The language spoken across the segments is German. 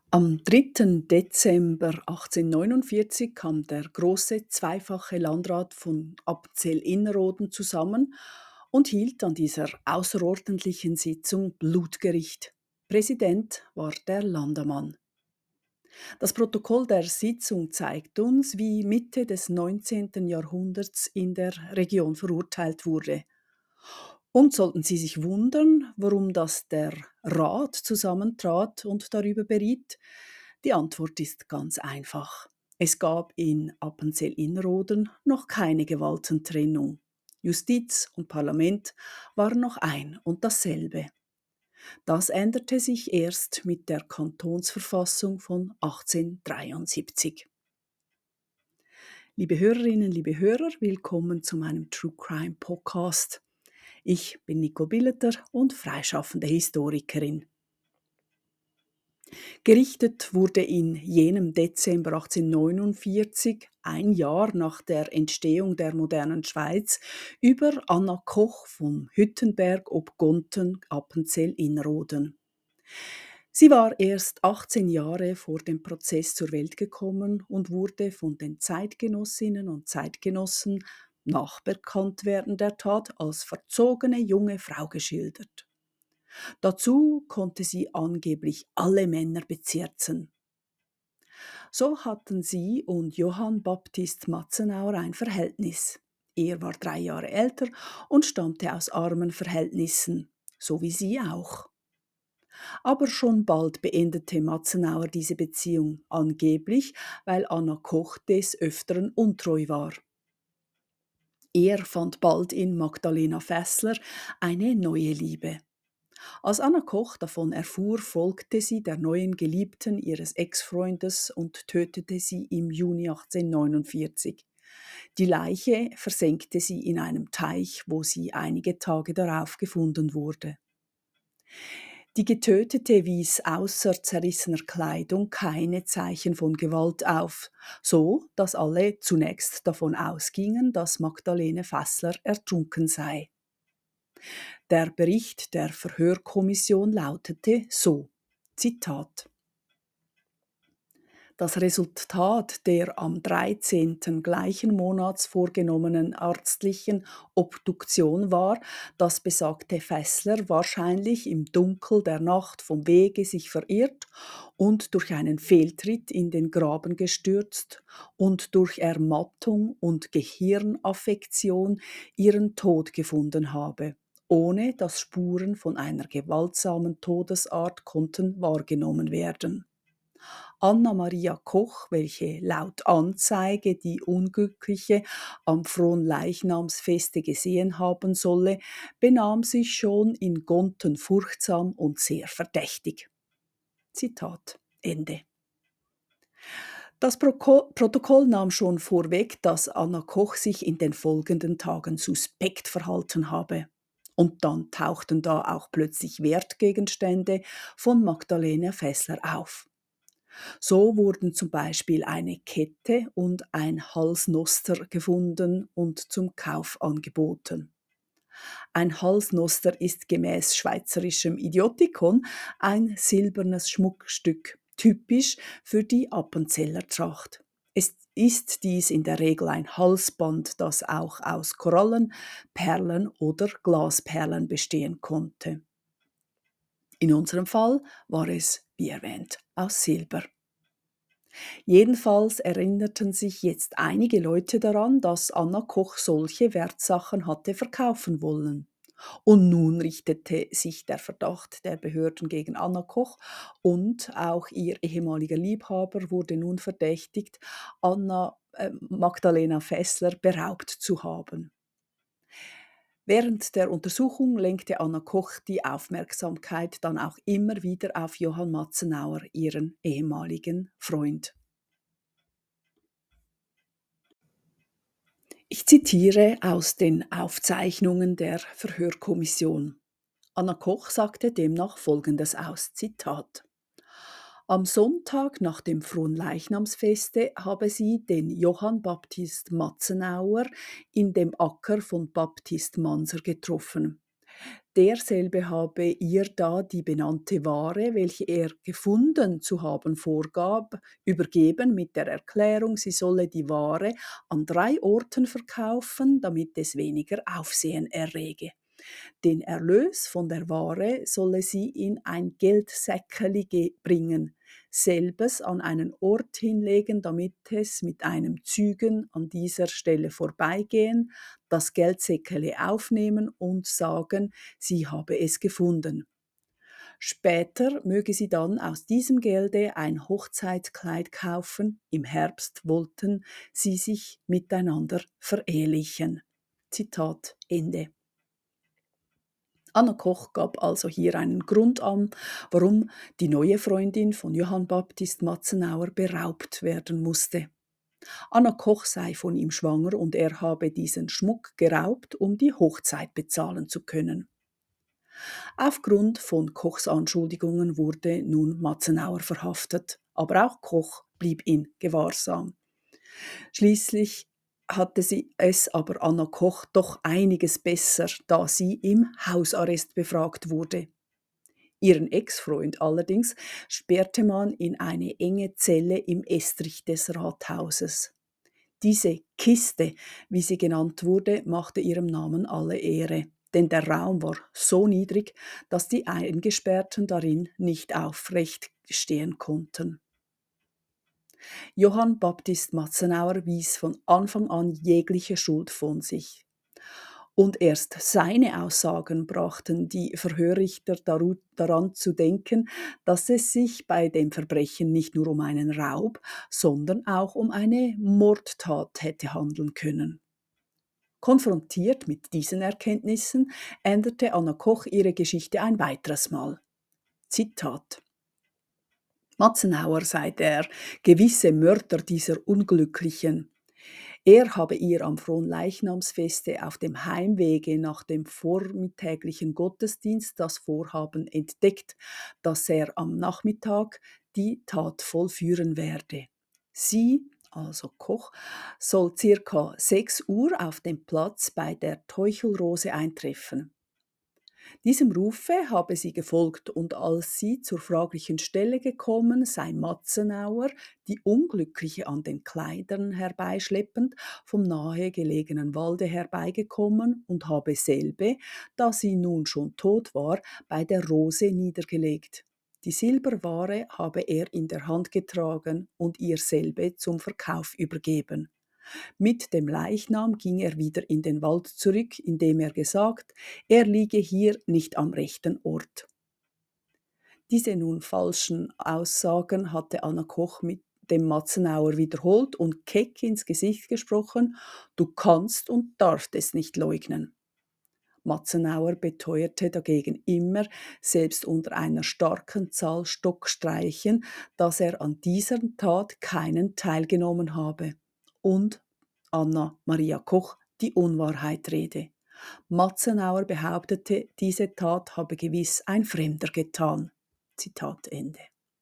Am 3. Dezember 1849 kam der große zweifache Landrat von Appenzell-Innerrhoden zusammen und hielt an dieser außerordentlichen Sitzung Blutgericht. Präsident war der Landamann. Das Protokoll der Sitzung zeigt uns, wie Mitte des 19. Jahrhunderts in der Region verurteilt wurde. Und sollten Sie sich wundern, warum das der Rat zusammentrat und darüber beriet? Die Antwort ist ganz einfach. Es gab in Appenzell-Innerrhoden noch keine Gewaltentrennung. Justiz und Parlament waren noch ein und dasselbe. Das änderte sich erst mit der Kantonsverfassung von 1873. Liebe Hörerinnen, liebe Hörer, willkommen zu meinem True Crime Podcast. Ich bin Nicole Billeter und freischaffende Historikerin. Gerichtet wurde in jenem Dezember 1849, ein Jahr nach der Entstehung der modernen Schweiz, über Anna Koch vom Hüttenberg ob Gonten, Appenzell-Innerrhoden. Sie war erst 18 Jahre vor dem Prozess zur Welt gekommen und wurde von den Zeitgenossinnen und Zeitgenossen nach Bekanntwerden der Tat als verzogene junge Frau geschildert. Dazu konnte sie angeblich alle Männer bezirzen. So hatten sie und Johann Baptist Matzenauer ein Verhältnis. Er war 3 Jahre älter und stammte aus armen Verhältnissen, so wie sie auch. Aber schon bald beendete Matzenauer diese Beziehung, angeblich, weil Anna Koch des Öfteren untreu war. Er fand bald in Magdalena Fässler eine neue Liebe. Als Anna Koch davon erfuhr, folgte sie der neuen Geliebten ihres Ex-Freundes und tötete sie im Juni 1849. Die Leiche versenkte sie in einem Teich, wo sie einige Tage darauf gefunden wurde. Die Getötete wies außer zerrissener Kleidung keine Zeichen von Gewalt auf, so dass alle zunächst davon ausgingen, dass Magdalene Fässler ertrunken sei. Der Bericht der Verhörkommission lautete so: Zitat: Das Resultat der am 13. gleichen Monats vorgenommenen ärztlichen Obduktion war, dass besagte Fässler wahrscheinlich im Dunkel der Nacht vom Wege sich verirrt und durch einen Fehltritt in den Graben gestürzt und durch Ermattung und Gehirnaffektion ihren Tod gefunden habe, ohne dass Spuren von einer gewaltsamen Todesart konnten wahrgenommen werden. Anna-Maria Koch, welche laut Anzeige die Unglückliche am Fronleichnamsfeste gesehen haben solle, benahm sich schon in Gonten furchtsam und sehr verdächtig. Zitat Ende. Das Protokoll nahm schon vorweg, dass Anna Koch sich in den folgenden Tagen suspekt verhalten habe. Und dann tauchten da auch plötzlich Wertgegenstände von Magdalena Fässler auf. So wurden zum Beispiel eine Kette und ein Halsnoster gefunden und zum Kauf angeboten. Ein Halsnoster ist gemäß schweizerischem Idiotikon ein silbernes Schmuckstück, typisch für die Appenzeller Tracht. Es ist dies in der Regel ein Halsband, das auch aus Korallen, Perlen oder Glasperlen bestehen konnte. In unserem Fall war es, wie erwähnt, aus Silber. Jedenfalls erinnerten sich jetzt einige Leute daran, dass Anna Koch solche Wertsachen hatte verkaufen wollen. Und nun richtete sich der Verdacht der Behörden gegen Anna Koch und auch ihr ehemaliger Liebhaber wurde nun verdächtigt, Magdalena Fässler beraubt zu haben. Während der Untersuchung lenkte Anna Koch die Aufmerksamkeit dann auch immer wieder auf Johann Matzenauer, ihren ehemaligen Freund. Ich zitiere aus den Aufzeichnungen der Verhörkommission. Anna Koch sagte demnach Folgendes aus, Zitat: Am Sonntag nach dem Fronleichnamsfeste habe sie den Johann Baptist Matzenauer in dem Acker von Baptist Manser getroffen. Derselbe habe ihr da die benannte Ware, welche er gefunden zu haben vorgab, übergeben mit der Erklärung, sie solle die Ware an 3 Orten verkaufen, damit es weniger Aufsehen errege. Den Erlös von der Ware solle sie in ein Geldsäckeli bringen, selbes an einen Ort hinlegen, damit es mit einem Zügen an dieser Stelle vorbeigehen, das Geldsäckeli aufnehmen und sagen, sie habe es gefunden. Später möge sie dann aus diesem Gelde ein Hochzeitskleid kaufen, im Herbst wollten sie sich miteinander verehelichen. Zitat Ende. Anna Koch gab also hier einen Grund an, warum die neue Freundin von Johann Baptist Matzenauer beraubt werden musste. Anna Koch sei von ihm schwanger und er habe diesen Schmuck geraubt, um die Hochzeit bezahlen zu können. Aufgrund von Kochs Anschuldigungen wurde nun Matzenauer verhaftet, aber auch Koch blieb in Gewahrsam. Schließlich hatte sie es aber Anna Koch doch einiges besser, da sie im Hausarrest befragt wurde. Ihren Ex-Freund allerdings sperrte man in eine enge Zelle im Estrich des Rathauses. Diese Kiste, wie sie genannt wurde, machte ihrem Namen alle Ehre, denn der Raum war so niedrig, dass die Eingesperrten darin nicht aufrecht stehen konnten. Johann Baptist Matzenauer wies von Anfang an jegliche Schuld von sich. Und erst seine Aussagen brachten die Verhörrichter daran zu denken, dass es sich bei dem Verbrechen nicht nur um einen Raub, sondern auch um eine Mordtat hätte handeln können. Konfrontiert mit diesen Erkenntnissen änderte Anna Koch ihre Geschichte ein weiteres Mal. Zitat: Matzenauer sei der gewisse Mörder dieser Unglücklichen. Er habe ihr am Fronleichnamsfeste auf dem Heimwege nach dem vormittäglichen Gottesdienst das Vorhaben entdeckt, dass er am Nachmittag die Tat vollführen werde. Sie, also Koch, soll circa 6 Uhr auf dem Platz bei der Teuchelrose eintreffen. Diesem Rufe habe sie gefolgt und als sie zur fraglichen Stelle gekommen, sei Matzenauer, die Unglückliche an den Kleidern herbeischleppend, vom nahe gelegenen Walde herbeigekommen und habe selbe, da sie nun schon tot war, bei der Rose niedergelegt. Die Silberware habe er in der Hand getragen und ihr selbe zum Verkauf übergeben. Mit dem Leichnam ging er wieder in den Wald zurück, indem er gesagt, er liege hier nicht am rechten Ort. Diese nun falschen Aussagen hatte Anna Koch mit dem Matzenauer wiederholt und keck ins Gesicht gesprochen, du kannst und darfst es nicht leugnen. Matzenauer beteuerte dagegen immer, selbst unter einer starken Zahl Stockstreichen, dass er an dieser Tat keinen teilgenommen habe. Und Anna Maria Koch die Unwahrheit rede. Matzenauer behauptete, diese Tat habe gewiss ein Fremder getan. Zitat Ende.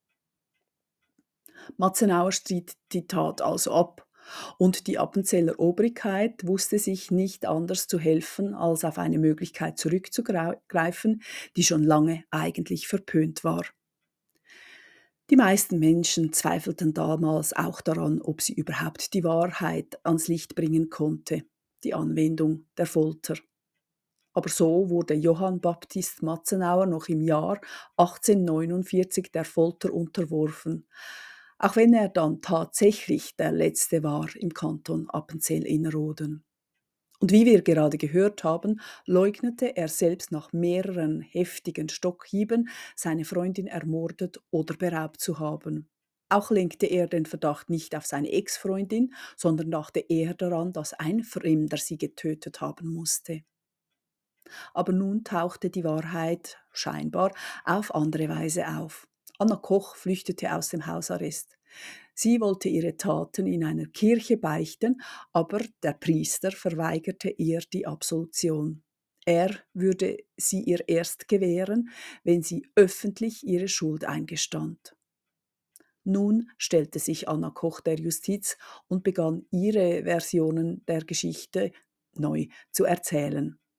Matzenauer stritt die Tat also ab und die Appenzeller Obrigkeit wusste sich nicht anders zu helfen, als auf eine Möglichkeit zurückzugreifen, die schon lange eigentlich verpönt war. Die meisten Menschen zweifelten damals auch daran, ob sie überhaupt die Wahrheit ans Licht bringen konnte, die Anwendung der Folter. Aber so wurde Johann Baptist Matzenauer noch im Jahr 1849 der Folter unterworfen, auch wenn er dann tatsächlich der Letzte war im Kanton Appenzell-Innerrhoden. Und wie wir gerade gehört haben, leugnete er selbst nach mehreren heftigen Stockhieben, seine Freundin ermordet oder beraubt zu haben. Auch lenkte er den Verdacht nicht auf seine Ex-Freundin, sondern dachte eher daran, dass ein Fremder sie getötet haben musste. Aber nun tauchte die Wahrheit scheinbar auf andere Weise auf. Anna Koch flüchtete aus dem Hausarrest. Sie wollte ihre Taten in einer Kirche beichten, aber der Priester verweigerte ihr die Absolution. Er würde sie ihr erst gewähren, wenn sie öffentlich ihre Schuld eingestand. Nun stellte sich Anna Koch der Justiz und begann ihre Versionen der Geschichte neu zu erzählen.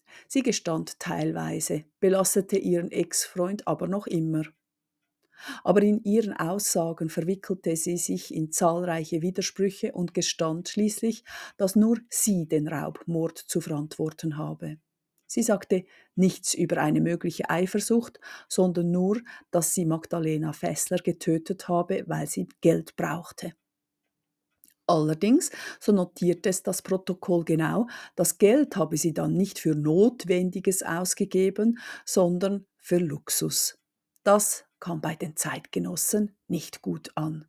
Sie gestand teilweise, belastete ihren Ex-Freund aber noch immer. Aber in ihren Aussagen verwickelte sie sich in zahlreiche Widersprüche und gestand schließlich, dass nur sie den Raubmord zu verantworten habe. Sie sagte nichts über eine mögliche Eifersucht, sondern nur, dass sie Magdalena Fessler getötet habe, weil sie Geld brauchte. Allerdings, so notiert es das Protokoll genau, das Geld habe sie dann nicht für Notwendiges ausgegeben, sondern für Luxus. Das kam bei den Zeitgenossen nicht gut an.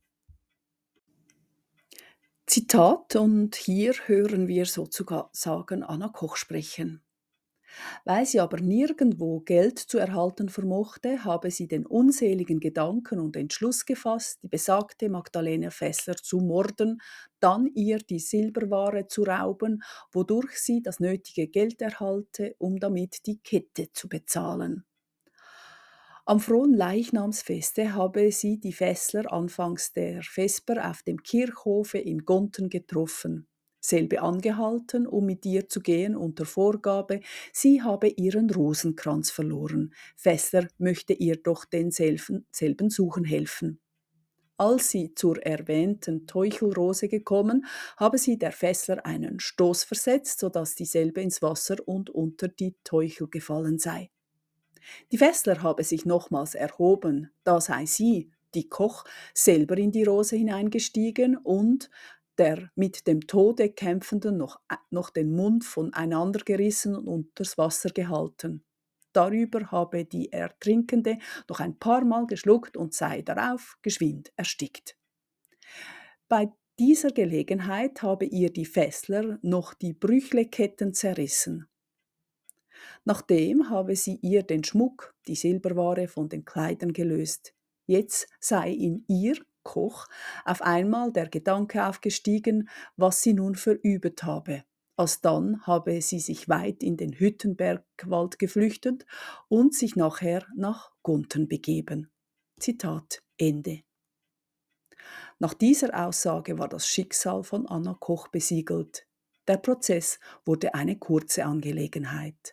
Zitat, und hier hören wir sozusagen Anna Koch sprechen. Weil sie aber nirgendwo Geld zu erhalten vermochte, habe sie den unseligen Gedanken und Entschluss gefasst, die besagte Magdalena Fessler zu morden, dann ihr die Silberware zu rauben, wodurch sie das nötige Geld erhalte, um damit die Kette zu bezahlen. Am Fronleichnamsfeste habe sie die Fessler anfangs der Vesper auf dem Kirchhofe in Gonten getroffen, selbe angehalten, um mit ihr zu gehen unter Vorgabe, sie habe ihren Rosenkranz verloren. Fessler möchte ihr doch denselben suchen helfen. Als sie zur erwähnten Teuchelrose gekommen, habe sie der Fessler einen Stoß versetzt, sodass dieselbe ins Wasser und unter die Teuchel gefallen sei. Die Fessler habe sich nochmals erhoben, da sei sie, die Koch, selber in die Rose hineingestiegen und der mit dem Tode Kämpfenden noch den Mund voneinander gerissen und unters Wasser gehalten. Darüber habe die Ertrinkende noch ein paar Mal geschluckt und sei darauf geschwind erstickt. Bei dieser Gelegenheit habe ihr die Fessler noch die Brüchleketten zerrissen. Nachdem habe sie ihr den Schmuck, die Silberware von den Kleidern gelöst. Jetzt sei in ihr, Koch, auf einmal der Gedanke aufgestiegen, was sie nun verübt habe. Alsdann habe sie sich weit in den Hüttenbergwald geflüchtet und sich nachher nach Gunten begeben. Zitat Ende. Nach dieser Aussage war das Schicksal von Anna Koch besiegelt. Der Prozess wurde eine kurze Angelegenheit.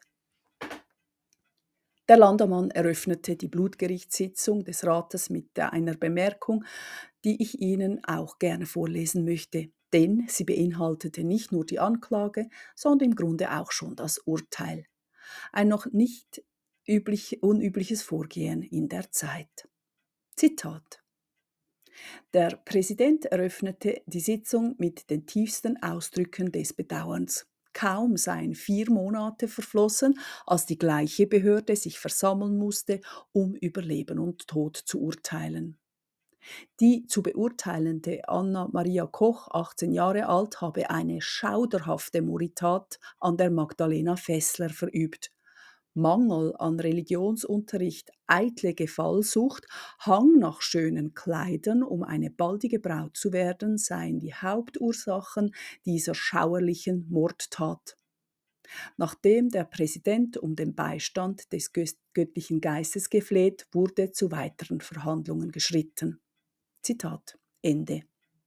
Der Landammann eröffnete die Blutgerichtssitzung des Rates mit einer Bemerkung, die ich Ihnen auch gerne vorlesen möchte, denn sie beinhaltete nicht nur die Anklage, sondern im Grunde auch schon das Urteil. Ein noch nicht unübliches Vorgehen in der Zeit. Zitat. Der Präsident eröffnete die Sitzung mit den tiefsten Ausdrücken des Bedauerns. Kaum seien 4 Monate verflossen, als die gleiche Behörde sich versammeln musste, um über Leben und Tod zu urteilen. Die zu beurteilende Anna Maria Koch, 18 Jahre alt, habe eine schauderhafte Mordtat an der Magdalena Fessler verübt. Mangel an Religionsunterricht, eitle Gefallsucht, Hang nach schönen Kleidern, um eine baldige Braut zu werden, seien die Hauptursachen dieser schauerlichen Mordtat. Nachdem der Präsident um den Beistand des göttlichen Geistes gefleht, wurde zu weiteren Verhandlungen geschritten. Zitat Ende.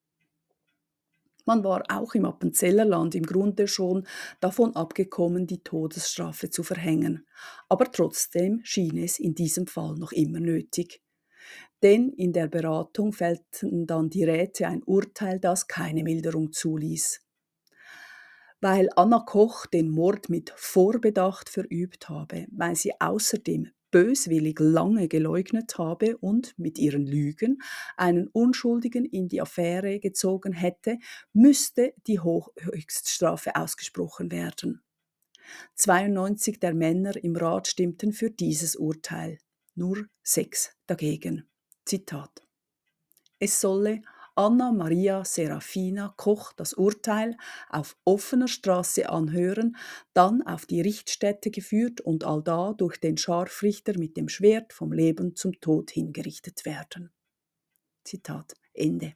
Man war auch im Appenzellerland im Grunde schon davon abgekommen, die Todesstrafe zu verhängen. Aber trotzdem schien es in diesem Fall noch immer nötig. Denn in der Beratung fällten dann die Räte ein Urteil, das keine Milderung zuließ. Weil Anna Koch den Mord mit Vorbedacht verübt habe, weil sie außerdem böswillig lange geleugnet habe und mit ihren Lügen einen Unschuldigen in die Affäre gezogen hätte, müsste die Höchststrafe ausgesprochen werden. 92 der Männer im Rat stimmten für dieses Urteil, nur 6 dagegen. Zitat. Es solle Anna Maria Serafina Koch das Urteil auf offener Straße anhören, dann auf die Richtstätte geführt und allda durch den Scharfrichter mit dem Schwert vom Leben zum Tod hingerichtet werden. Zitat Ende.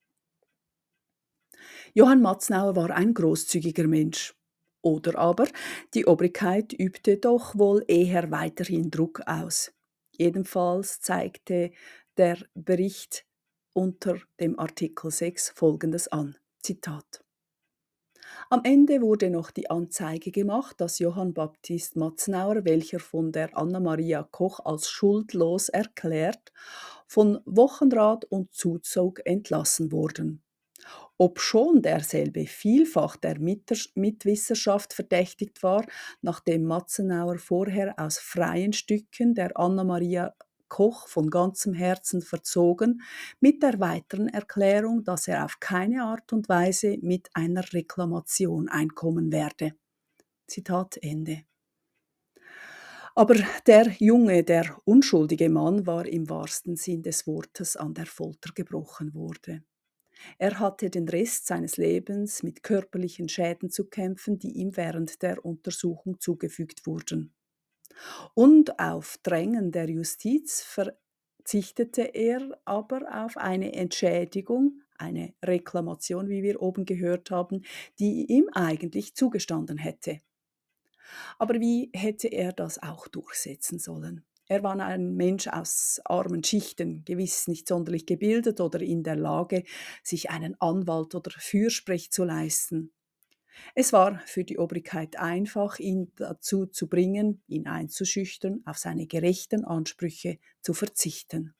Johann Matznauer war ein großzügiger Mensch. Oder aber die Obrigkeit übte doch wohl eher weiterhin Druck aus. Jedenfalls zeigte der Bericht unter dem Artikel 6 Folgendes an. Zitat. Am Ende wurde noch die Anzeige gemacht, dass Johann Baptist Matzenauer, welcher von der Anna-Maria Koch als schuldlos erklärt, von Wochenrat und Zuzug entlassen wurden. Obschon derselbe vielfach der Mitwisserschaft verdächtigt war, nachdem Matzenauer vorher aus freien Stücken der Anna-Maria Koch von ganzem Herzen verzogen, mit der weiteren Erklärung, dass er auf keine Art und Weise mit einer Reklamation einkommen werde. Zitat Ende. Aber der unschuldige Mann war im wahrsten Sinn des Wortes an der Folter gebrochen worden. Er hatte den Rest seines Lebens mit körperlichen Schäden zu kämpfen, die ihm während der Untersuchung zugefügt wurden. Und auf Drängen der Justiz verzichtete er aber auf eine Entschädigung, eine Reklamation, wie wir oben gehört haben, die ihm eigentlich zugestanden hätte. Aber wie hätte er das auch durchsetzen sollen? Er war ein Mensch aus armen Schichten, gewiss nicht sonderlich gebildet oder in der Lage, sich einen Anwalt oder Fürsprech zu leisten. Es war für die Obrigkeit einfach, ihn dazu zu bringen, ihn einzuschüchtern, auf seine gerechten Ansprüche zu verzichten.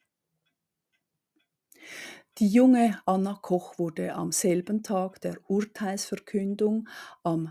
Die junge Anna Koch wurde am selben Tag der Urteilsverkündung am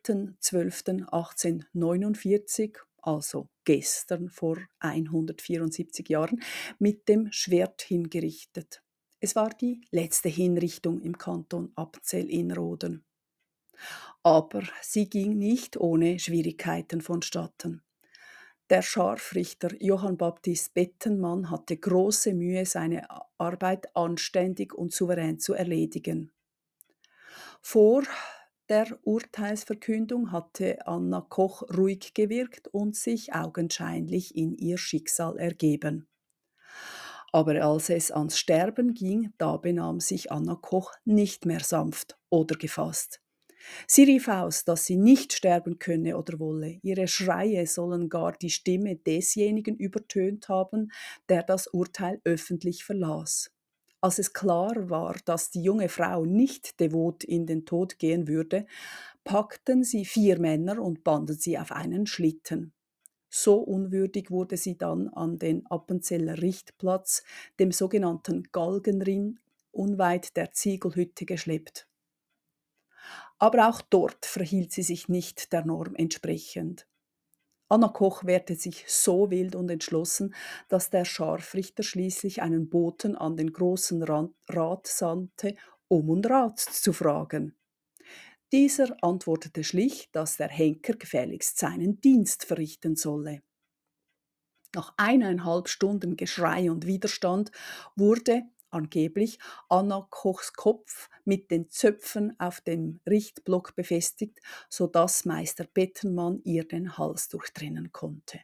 3.12.1849, also gestern vor 174 Jahren, mit dem Schwert hingerichtet. Es war die letzte Hinrichtung im Kanton Appenzell-Innerrhoden. Aber sie ging nicht ohne Schwierigkeiten vonstatten. Der Scharfrichter Johann Baptist Bettenmann hatte große Mühe, seine Arbeit anständig und souverän zu erledigen. Vor der Urteilsverkündung hatte Anna Koch ruhig gewirkt und sich augenscheinlich in ihr Schicksal ergeben. Aber als es ans Sterben ging, da benahm sich Anna Koch nicht mehr sanft oder gefasst. Sie rief aus, dass sie nicht sterben könne oder wolle. Ihre Schreie sollen gar die Stimme desjenigen übertönt haben, der das Urteil öffentlich verlas. Als es klar war, dass die junge Frau nicht devot in den Tod gehen würde, packten sie 4 Männer und banden sie auf einen Schlitten. So unwürdig wurde sie dann an den Appenzeller Richtplatz, dem sogenannten Galgenring, unweit der Ziegelhütte geschleppt. Aber auch dort verhielt sie sich nicht der Norm entsprechend. Anna Koch wehrte sich so wild und entschlossen, dass der Scharfrichter schließlich einen Boten an den großen Rat sandte, um Rat zu fragen. Dieser antwortete schlicht, dass der Henker gefälligst seinen Dienst verrichten solle. Nach 1,5 Stunden Geschrei und Widerstand wurde angeblich Anna Kochs Kopf mit den Zöpfen auf dem Richtblock befestigt, sodass Meister Bettenmann ihr den Hals durchtrennen konnte.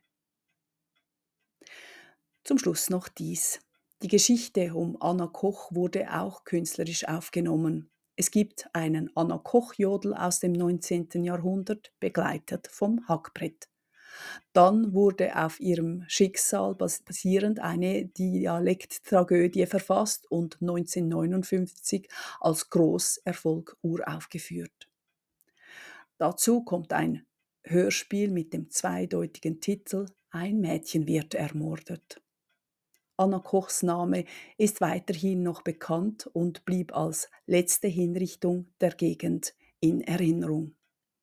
Zum Schluss noch dies. Die Geschichte um Anna Koch wurde auch künstlerisch aufgenommen. Es gibt einen Anna Koch-Jodel aus dem 19. Jahrhundert, begleitet vom Hackbrett. Dann wurde auf ihrem Schicksal basierend eine Dialekttragödie verfasst und 1959 als Großerfolg uraufgeführt. Dazu kommt ein Hörspiel mit dem zweideutigen Titel Ein Mädchen wird ermordet. Anna Kochs Name ist weiterhin noch bekannt und blieb als letzte Hinrichtung der Gegend in Erinnerung.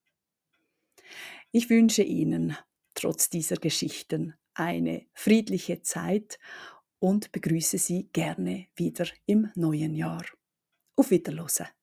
Ich wünsche Ihnen trotz dieser Geschichten eine friedliche Zeit und begrüße Sie gerne wieder im neuen Jahr. Auf Wiederhören.